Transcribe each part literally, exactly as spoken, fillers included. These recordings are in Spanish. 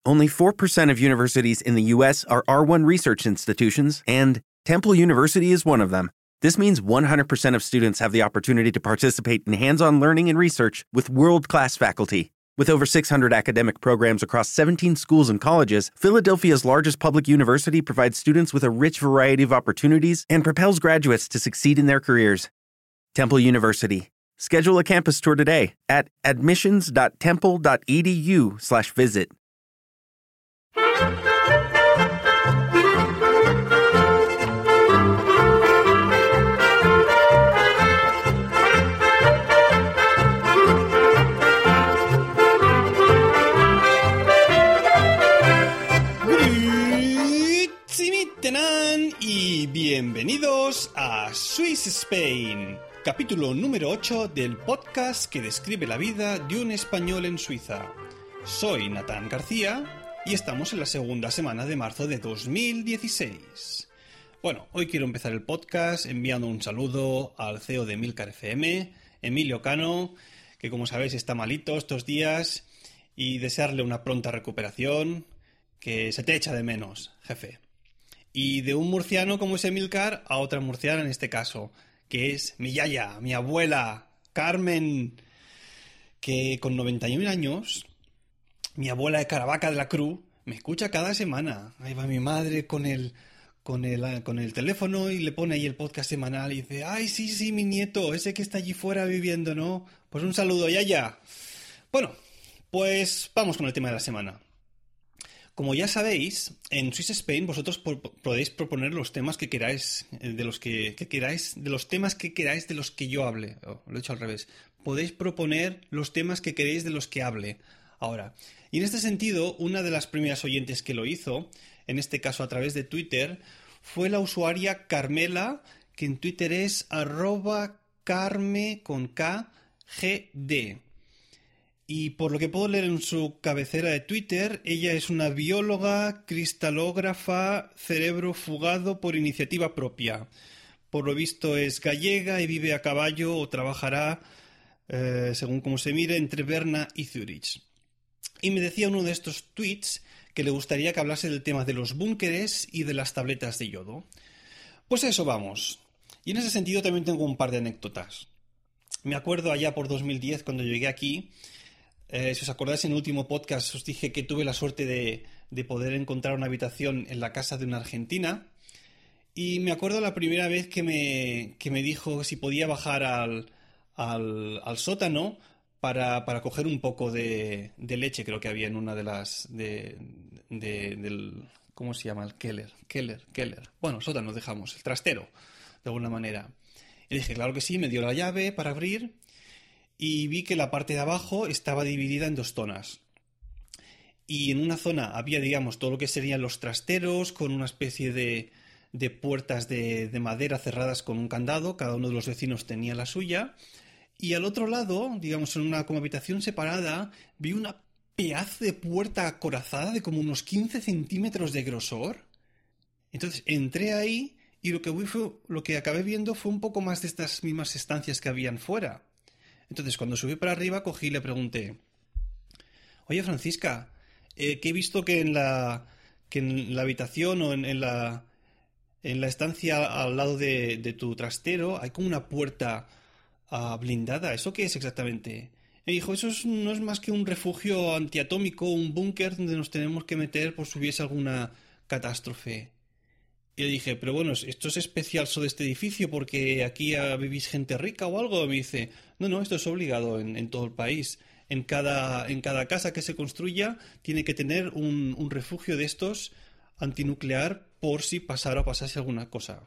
Only four percent of universities in the U S are R one research institutions, and Temple University is one of them. This means one hundred percent of students have the opportunity to participate in hands-on learning and research with world-class faculty. With over six hundred academic programs across seventeen schools and colleges, Philadelphia's largest public university provides students with a rich variety of opportunities and propels graduates to succeed in their careers. Temple University. Schedule a campus tour today at admissions.temple.edu slash visit. Y bienvenidos a Swiss Spain, capítulo número ocho del podcast que describe la vida de un español en Suiza. Soy Natán García y estamos en la segunda semana de marzo de dos mil dieciséis. Bueno, hoy quiero empezar el podcast enviando un saludo al C E O de Emilcar F M, Emilio Cano, que como sabéis está malito estos días, y desearle una pronta recuperación, que se te echa de menos, jefe. Y de un murciano como es Emilcar a otra murciana en este caso, que es mi yaya, mi abuela, Carmen, que con noventa y un años, mi abuela de Caravaca de la Cruz, me escucha cada semana. Ahí va mi madre con el, con el, con el teléfono y le pone ahí el podcast semanal y dice, ay, sí, sí, mi nieto, ese que está allí fuera viviendo, ¿no? Pues un saludo, yaya. Bueno, pues vamos con el tema de la semana. Como ya sabéis, en Swiss Spain vosotros po- podéis proponer los temas que queráis, de los que, que queráis, de los temas que queráis de los que yo hable. Oh, lo he hecho al revés. Podéis proponer los temas que queréis de los que hable. Ahora, y en este sentido, una de las primeras oyentes que lo hizo, en este caso a través de Twitter, fue la usuaria Carmela, que en Twitter es arroba carme con K G D. Y por lo que puedo leer en su cabecera de Twitter, ella es una bióloga, cristalógrafa, cerebro fugado por iniciativa propia. Por lo visto es gallega y vive a caballo o trabajará, eh, según como se mire, entre Berna y Zurich. Y me decía uno de estos tweets que le gustaría que hablase del tema de los búnkeres y de las tabletas de yodo. Pues a eso vamos. Y en ese sentido también tengo un par de anécdotas. Me acuerdo allá por dos mil diez cuando llegué aquí. Eh, si os acordáis, en el último podcast os dije que tuve la suerte de, de poder encontrar una habitación en la casa de una argentina, y me acuerdo la primera vez que me, que me dijo si podía bajar al, al, al sótano para, para coger un poco de, de leche, creo que había en una de las... De, de, del, ¿cómo se llama? El Keller, Keller, Keller. Bueno, sótano dejamos, el trastero, de alguna manera. Y dije, claro que sí, me dio la llave para abrir. Y vi que la parte de abajo estaba dividida en dos zonas. Y en una zona había, digamos, todo lo que serían los trasteros, con una especie de, de puertas de, de madera cerradas con un candado. Cada uno de los vecinos tenía la suya. Y al otro lado, digamos, en una como habitación separada, vi una pedazo de puerta acorazada de como unos quince centímetros de grosor. Entonces entré ahí y lo que, vi fue, lo que acabé viendo fue un poco más de estas mismas estancias que habían fuera. Entonces, cuando subí para arriba, cogí y le pregunté, oye, Francisca, eh, que he visto que en la, que en la habitación o en, en, la, en la estancia al lado de, de tu trastero hay como una puerta uh, blindada. ¿Eso qué es exactamente? Me dijo, eso es, no es más que un refugio antiatómico, un búnker donde nos tenemos que meter por si hubiese alguna catástrofe. Y le dije, pero bueno, ¿esto es especial sobre este edificio porque aquí vivís gente rica o algo? Y me dice, no, no, esto es obligado en, en todo el país. En cada, en cada casa que se construya tiene que tener un, un refugio de estos antinuclear por si pasara o pasase alguna cosa.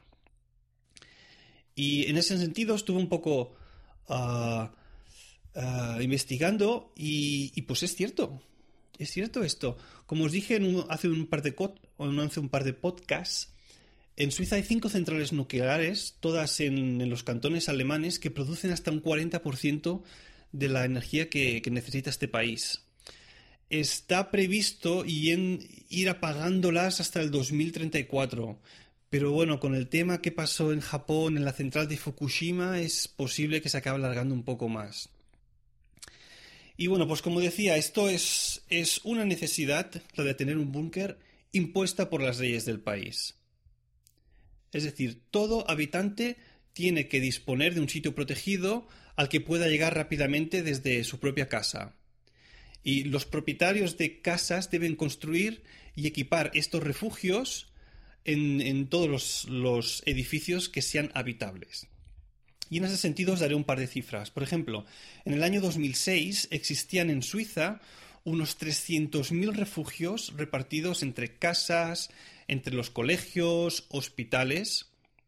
Y en ese sentido estuve un poco uh, uh, investigando y, y pues es cierto. Es cierto esto. Como os dije en un, hace, un par de co- hace un par de podcasts, en Suiza hay cinco centrales nucleares, todas en, en los cantones alemanes, que producen hasta un cuarenta por ciento de la energía que, que necesita este país. Está previsto y en, ir apagándolas hasta el dos mil treinta y cuatro. Pero bueno, con el tema que pasó en Japón, en la central de Fukushima, es posible que se acabe alargando un poco más. Y bueno, pues como decía, esto es, es una necesidad, la de tener un búnker, impuesta por las leyes del país. Es decir, todo habitante tiene que disponer de un sitio protegido al que pueda llegar rápidamente desde su propia casa. Y los propietarios de casas deben construir y equipar estos refugios en, en todos los, los edificios que sean habitables. Y en ese sentido os daré un par de cifras. Por ejemplo, en el año dos mil seis existían en Suiza unos trescientos mil refugios repartidos entre casas, entre los colegios, hospitales,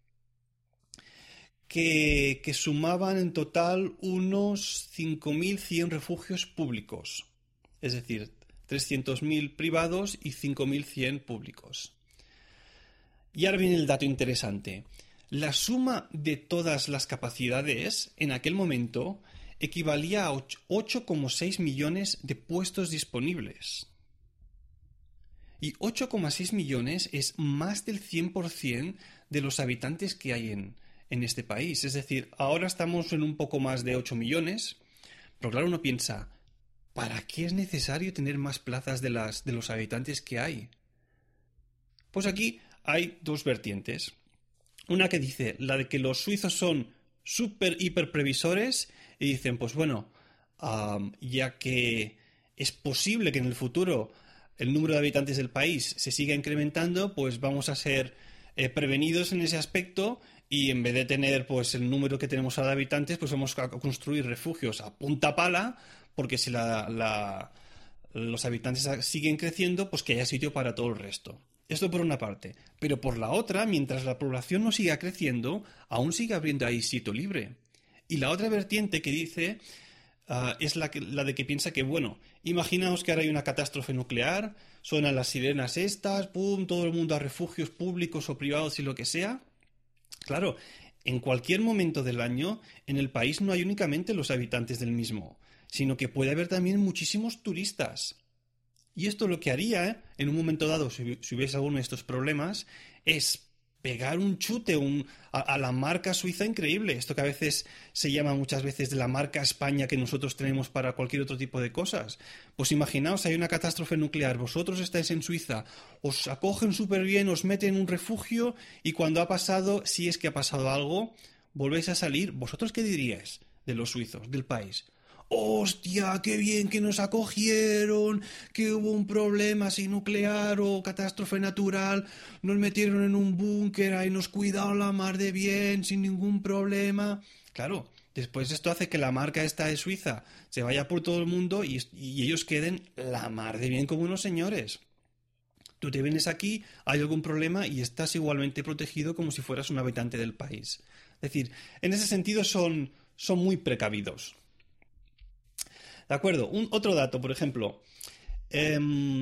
que, que sumaban en total unos cinco mil cien refugios públicos. Es decir, trescientos mil privados y cinco mil cien públicos. Y ahora viene el dato interesante. La suma de todas las capacidades en aquel momento equivalía a ocho coma seis millones de puestos disponibles. Y ocho coma seis millones es más del cien por ciento de los habitantes que hay en, en este país. Es decir, ahora estamos en un poco más de ocho millones, pero claro, uno piensa, ¿para qué es necesario tener más plazas de, las, de los habitantes que hay? Pues aquí hay dos vertientes. Una que dice, la de que los suizos son súper hiper previsores y dicen, pues bueno, um, ya que es posible que en el futuro el número de habitantes del país se siga incrementando, pues vamos a ser eh, prevenidos en ese aspecto y en vez de tener pues el número que tenemos ahora de habitantes, pues vamos a construir refugios a punta pala, porque si la, la, los habitantes siguen creciendo, pues que haya sitio para todo el resto. Esto por una parte. Pero por la otra, mientras la población no siga creciendo, aún sigue habiendo ahí sitio libre. Y la otra vertiente que dice uh, es la, que, la de que piensa que, bueno, imaginaos que ahora hay una catástrofe nuclear, suenan las sirenas estas, pum, todo el mundo a refugios públicos o privados y lo que sea. Claro, en cualquier momento del año, en el país no hay únicamente los habitantes del mismo, sino que puede haber también muchísimos turistas. Y esto lo que haría, ¿eh? en un momento dado, si, si hubiese alguno de estos problemas, es pegar un chute un, a, a la marca suiza increíble. Esto que a veces se llama muchas veces de la marca España que nosotros tenemos para cualquier otro tipo de cosas. Pues imaginaos, hay una catástrofe nuclear, vosotros estáis en Suiza, os acogen súper bien, os meten en un refugio y cuando ha pasado, si es que ha pasado algo, volvéis a salir. ¿Vosotros qué diríais de los suizos, del país? ¡Hostia, qué bien que nos acogieron! Que hubo un problema así nuclear o catástrofe natural, nos metieron en un búnker y nos cuidaron la mar de bien, sin ningún problema. Claro, después esto hace que la marca esta de Suiza se vaya por todo el mundo y, y ellos queden la mar de bien como unos señores. Tú te vienes aquí, hay algún problema y estás igualmente protegido como si fueras un habitante del país. Es decir, en ese sentido son, son muy precavidos. De acuerdo, un, otro dato, por ejemplo, eh,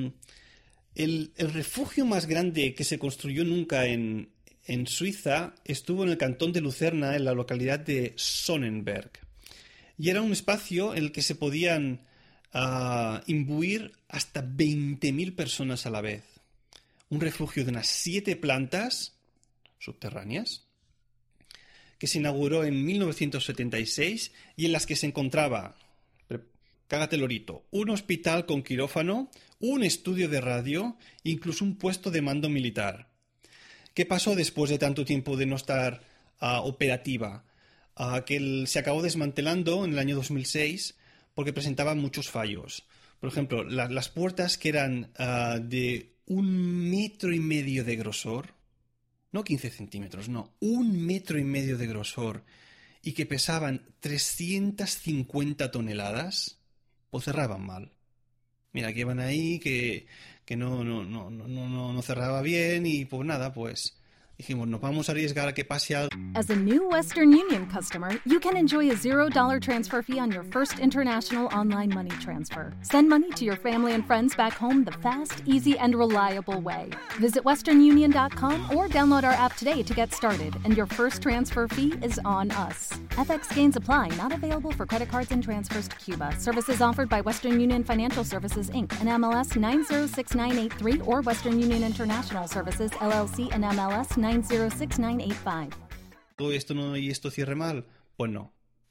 el, el refugio más grande que se construyó nunca en, en Suiza estuvo en el cantón de Lucerna, en la localidad de Sonnenberg. Y era un espacio en el que se podían uh, imbuir hasta veinte mil personas a la vez. Un refugio de unas siete plantas subterráneas que se inauguró en mil novecientos setenta y seis y en las que se encontraba... Cágate lorito, un hospital con quirófano, un estudio de radio, incluso un puesto de mando militar. ¿Qué pasó después de tanto tiempo de no estar uh, operativa? Uh, que el, se acabó desmantelando en el año dos mil seis porque presentaba muchos fallos. Por ejemplo, la, las puertas que eran uh, de un metro y medio de grosor, no quince centímetros, no, un metro y medio de grosor y que pesaban trescientas cincuenta toneladas... pues cerraban mal. Mira, que iban ahí, que, que no, no, no, no, no, no cerraba bien y pues nada, pues dijimos, nos vamos a arriesgar a que pase algo. As a new Western Union customer, you can enjoy a zero dollar transfer fee on your first international online money transfer. Send money to your family and friends back home the fast, easy, and reliable way. Visit western union dot com or download our app today to get started, and your first transfer fee is on us. F X gains apply, not available for credit cards and transfers to Cuba. Services offered by Western Union Financial Services, Incorporated, and M L S nine zero six nine eight three or Western Union International Services, L L C, and M L S nine zero six nine eight five. ¿Todo esto no y esto cierre mal? Pues no, pues no.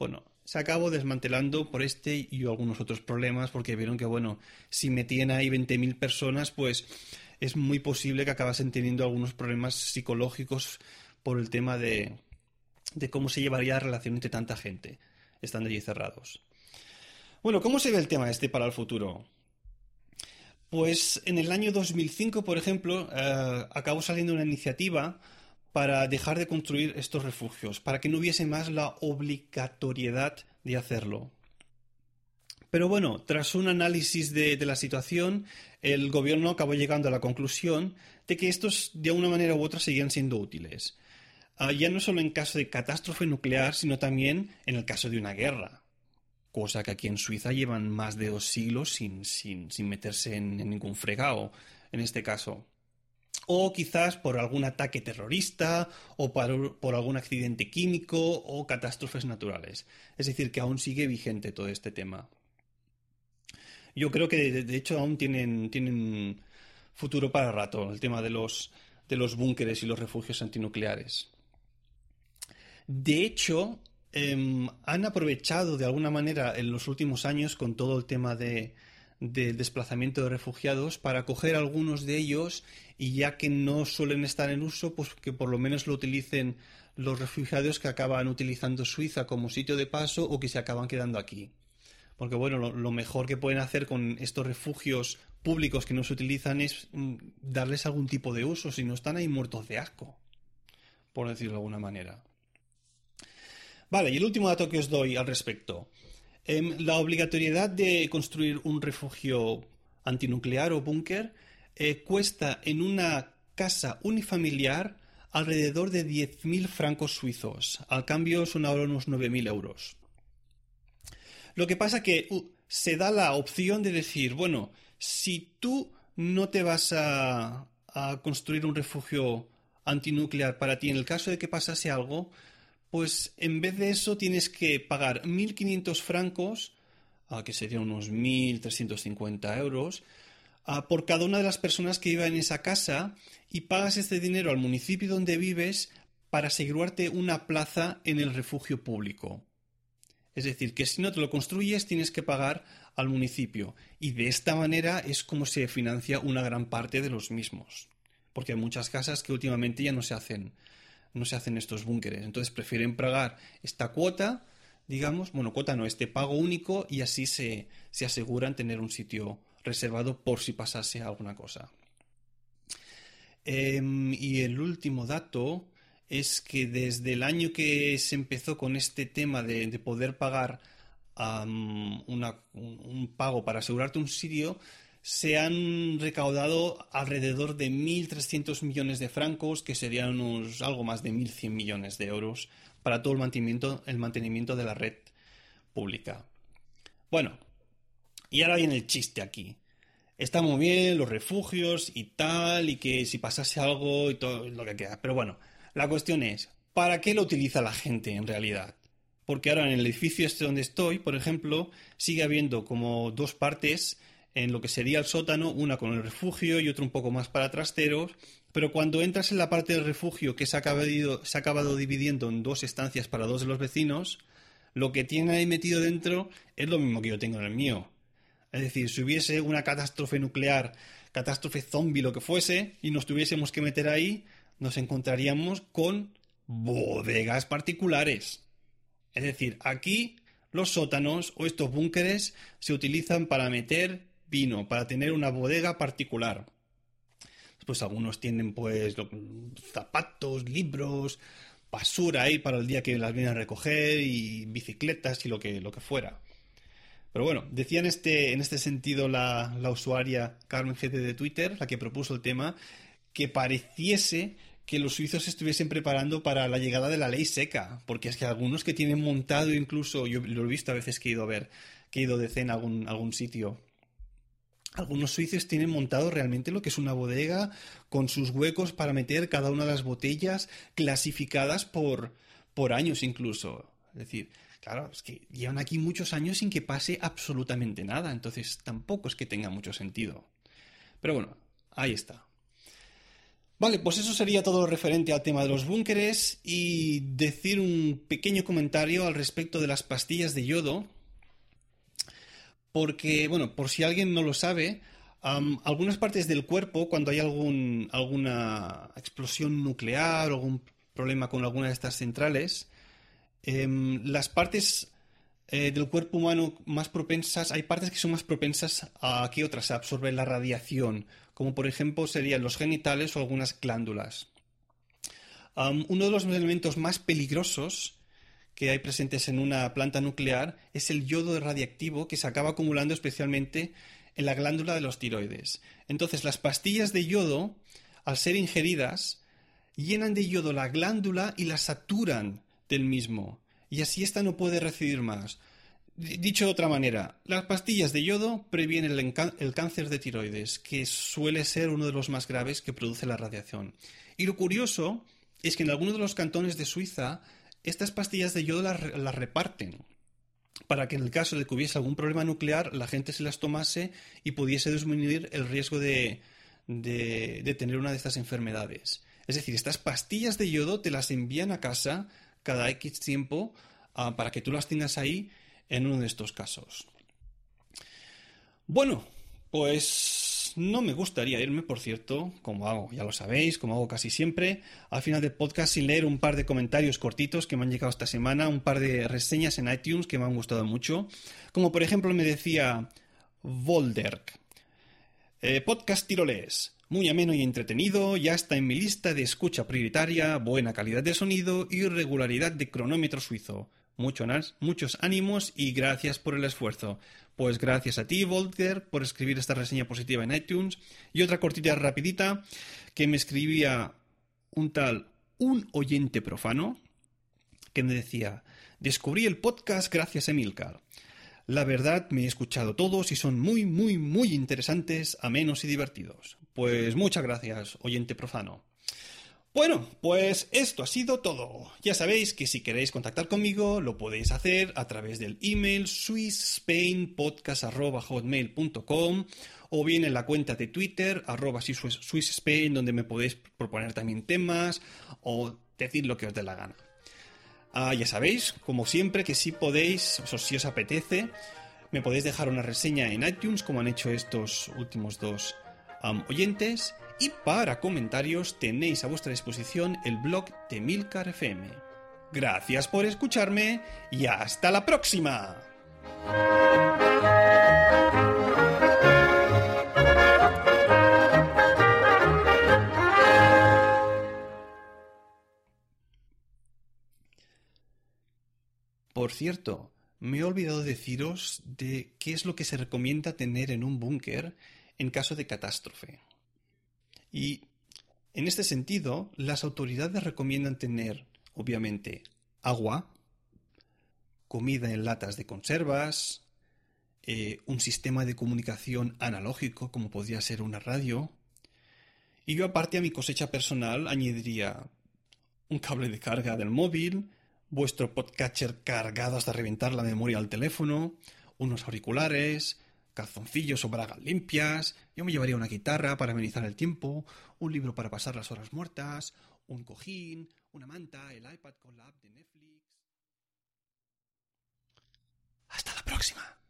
se acabó desmantelando por este y algunos otros problemas, porque vieron que, bueno, si metían ahí veinte mil personas, pues es muy posible que acabasen teniendo algunos problemas psicológicos por el tema de, de cómo se llevaría la relación entre tanta gente, estando allí cerrados. Bueno, ¿cómo se ve el tema este para el futuro? Pues en el año dos mil cinco, por ejemplo, eh, acabó saliendo una iniciativa para dejar de construir estos refugios, para que no hubiese más la obligatoriedad de hacerlo. Pero bueno, tras un análisis de, de la situación, el gobierno acabó llegando a la conclusión de que estos de una manera u otra seguían siendo útiles. Uh, ya no solo en caso de catástrofe nuclear, sino también en el caso de una guerra. Cosa que aquí en Suiza llevan más de dos siglos sin, sin, sin meterse en, en ningún fregado, en este caso. O quizás por algún ataque terrorista, o por, por algún accidente químico, o catástrofes naturales. Es decir, que aún sigue vigente todo este tema. Yo creo que de, de hecho aún tienen, tienen futuro para rato el tema de los, de los búnkeres y los refugios antinucleares. De hecho, Eh, han aprovechado de alguna manera en los últimos años con todo el tema de, de desplazamiento de refugiados para coger algunos de ellos y ya que no suelen estar en uso, pues que por lo menos lo utilicen los refugiados que acaban utilizando Suiza como sitio de paso o que se acaban quedando aquí. Porque bueno, lo, lo mejor que pueden hacer con estos refugios públicos que no se utilizan es mm, darles algún tipo de uso, si no están ahí muertos de asco, por decirlo de alguna manera. Vale, y el último dato que os doy al respecto. Eh, la obligatoriedad de construir un refugio antinuclear o búnker eh, cuesta en una casa unifamiliar alrededor de diez mil francos suizos. Al cambio son ahora unos nueve mil euros. Lo que pasa que uh, se da la opción de decir, bueno, si tú no te vas a, a construir un refugio antinuclear para ti en el caso de que pasase algo, pues en vez de eso tienes que pagar mil quinientos francos, que serían unos mil trescientos cincuenta euros, por cada una de las personas que vivan en esa casa y pagas este dinero al municipio donde vives para asegurarte una plaza en el refugio público. Es decir, que si no te lo construyes tienes que pagar al municipio y de esta manera es como se financia una gran parte de los mismos. Porque hay muchas casas que últimamente ya no se hacen no se hacen estos búnkeres. Entonces prefieren pagar esta cuota, digamos, bueno, cuota no, este pago único y así se, se aseguran tener un sitio reservado por si pasase alguna cosa. Eh, y el último dato es que desde el año que se empezó con este tema de, de poder pagar um, una, un, un pago para asegurarte un sitio, se han recaudado alrededor de mil trescientos millones de francos, que serían unos, algo más de mil cien millones de euros, para todo el mantenimiento, el mantenimiento de la red pública. Bueno, y ahora viene el chiste aquí. Está muy bien los refugios y tal, y que si pasase algo y todo lo que queda. Pero bueno, la cuestión es, ¿para qué lo utiliza la gente en realidad? Porque ahora en el edificio este donde estoy, por ejemplo, sigue habiendo como dos partes en lo que sería el sótano, una con el refugio y otra un poco más para trasteros, pero cuando entras en la parte del refugio que se ha acabado, se ha acabado dividiendo en dos estancias para dos de los vecinos, lo que tienen ahí metido dentro es lo mismo que yo tengo en el mío. Es decir, si hubiese una catástrofe nuclear, catástrofe zombie, lo que fuese, y nos tuviésemos que meter ahí, nos encontraríamos con bodegas particulares. Es decir, aquí los sótanos o estos búnkeres se utilizan para meter vino, para tener una bodega particular. Pues algunos tienen pues zapatos, libros, basura ahí para el día que las vienen a recoger y bicicletas y lo que, lo que fuera. Pero bueno, decía en este, en este sentido la, la usuaria Carmen G T de Twitter, la que propuso el tema, que pareciese que los suizos estuviesen preparando para la llegada de la ley seca, porque es que algunos que tienen montado incluso, yo lo he visto a veces que he ido a ver, que he ido de cena a algún, algún sitio, algunos suizos tienen montado realmente lo que es una bodega con sus huecos para meter cada una de las botellas clasificadas por, por años incluso. Es decir, claro, es que llevan aquí muchos años sin que pase absolutamente nada, entonces tampoco es que tenga mucho sentido. Pero bueno, ahí está. Vale, pues eso sería todo lo referente al tema de los búnkeres y decir un pequeño comentario al respecto de las pastillas de yodo, porque, bueno, por si alguien no lo sabe, um, algunas partes del cuerpo, cuando hay algún, alguna explosión nuclear o algún problema con alguna de estas centrales, eh, las partes eh, del cuerpo humano más propensas, hay partes que son más propensas a que otras a absorber la radiación, como por ejemplo serían los genitales o algunas glándulas. Um, uno de los elementos más peligrosos que hay presentes en una planta nuclear es el yodo radiactivo que se acaba acumulando especialmente en la glándula de los tiroides. Entonces, las pastillas de yodo, al ser ingeridas, llenan de yodo la glándula y la saturan del mismo, y así ésta no puede recibir más. Dicho de otra manera, las pastillas de yodo previenen el, el cáncer de tiroides, que suele ser uno de los más graves que produce la radiación. Y lo curioso es que en algunos de los cantones de Suiza estas pastillas de yodo las, las reparten para que en el caso de que hubiese algún problema nuclear la gente se las tomase y pudiese disminuir el riesgo de, de, de tener una de estas enfermedades. Es decir, estas pastillas de yodo te las envían a casa cada X tiempo uh, para que tú las tengas ahí en uno de estos casos. Bueno, pues no me gustaría irme, por cierto, como hago, ya lo sabéis, como hago casi siempre, al final del podcast sin leer un par de comentarios cortitos que me han llegado esta semana, un par de reseñas en iTunes que me han gustado mucho, como por ejemplo me decía Volderk, eh, podcast tirolés, muy ameno y entretenido, ya está en mi lista de escucha prioritaria, buena calidad de sonido y regularidad de cronómetro suizo. Mucho, muchos ánimos y gracias por el esfuerzo. Pues gracias a ti, Volker, por escribir esta reseña positiva en iTunes. Y otra cortita rapidita que me escribía un tal, un oyente profano, que me decía: descubrí el podcast gracias a Emilcar. La verdad, me he escuchado todos y son muy, muy, muy interesantes, amenos y divertidos. Pues muchas gracias, oyente profano. Bueno, pues esto ha sido todo. Ya sabéis que si queréis contactar conmigo lo podéis hacer a través del email swissspainpodcast arroba hotmail punto com o bien en la cuenta de Twitter arroba swissspain, donde me podéis proponer también temas o decir lo que os dé la gana. Ah, ya sabéis, como siempre, que si podéis, o si os apetece, me podéis dejar una reseña en iTunes, como han hecho estos últimos dos um, oyentes. Y para comentarios tenéis a vuestra disposición el blog de Emilcar F M. Gracias por escucharme y hasta la próxima. Por cierto, me he olvidado deciros de qué es lo que se recomienda tener en un búnker en caso de catástrofe. Y en este sentido, las autoridades recomiendan tener, obviamente, agua, comida en latas de conservas, eh, un sistema de comunicación analógico, como podría ser una radio, y yo aparte a mi cosecha personal añadiría un cable de carga del móvil, vuestro podcatcher cargado hasta reventar la memoria del teléfono, unos auriculares, calzoncillos o bragas limpias. Yo me llevaría una guitarra para amenizar el tiempo, un libro para pasar las horas muertas, un cojín, una manta, el iPad con la app de Netflix. ¡Hasta la próxima!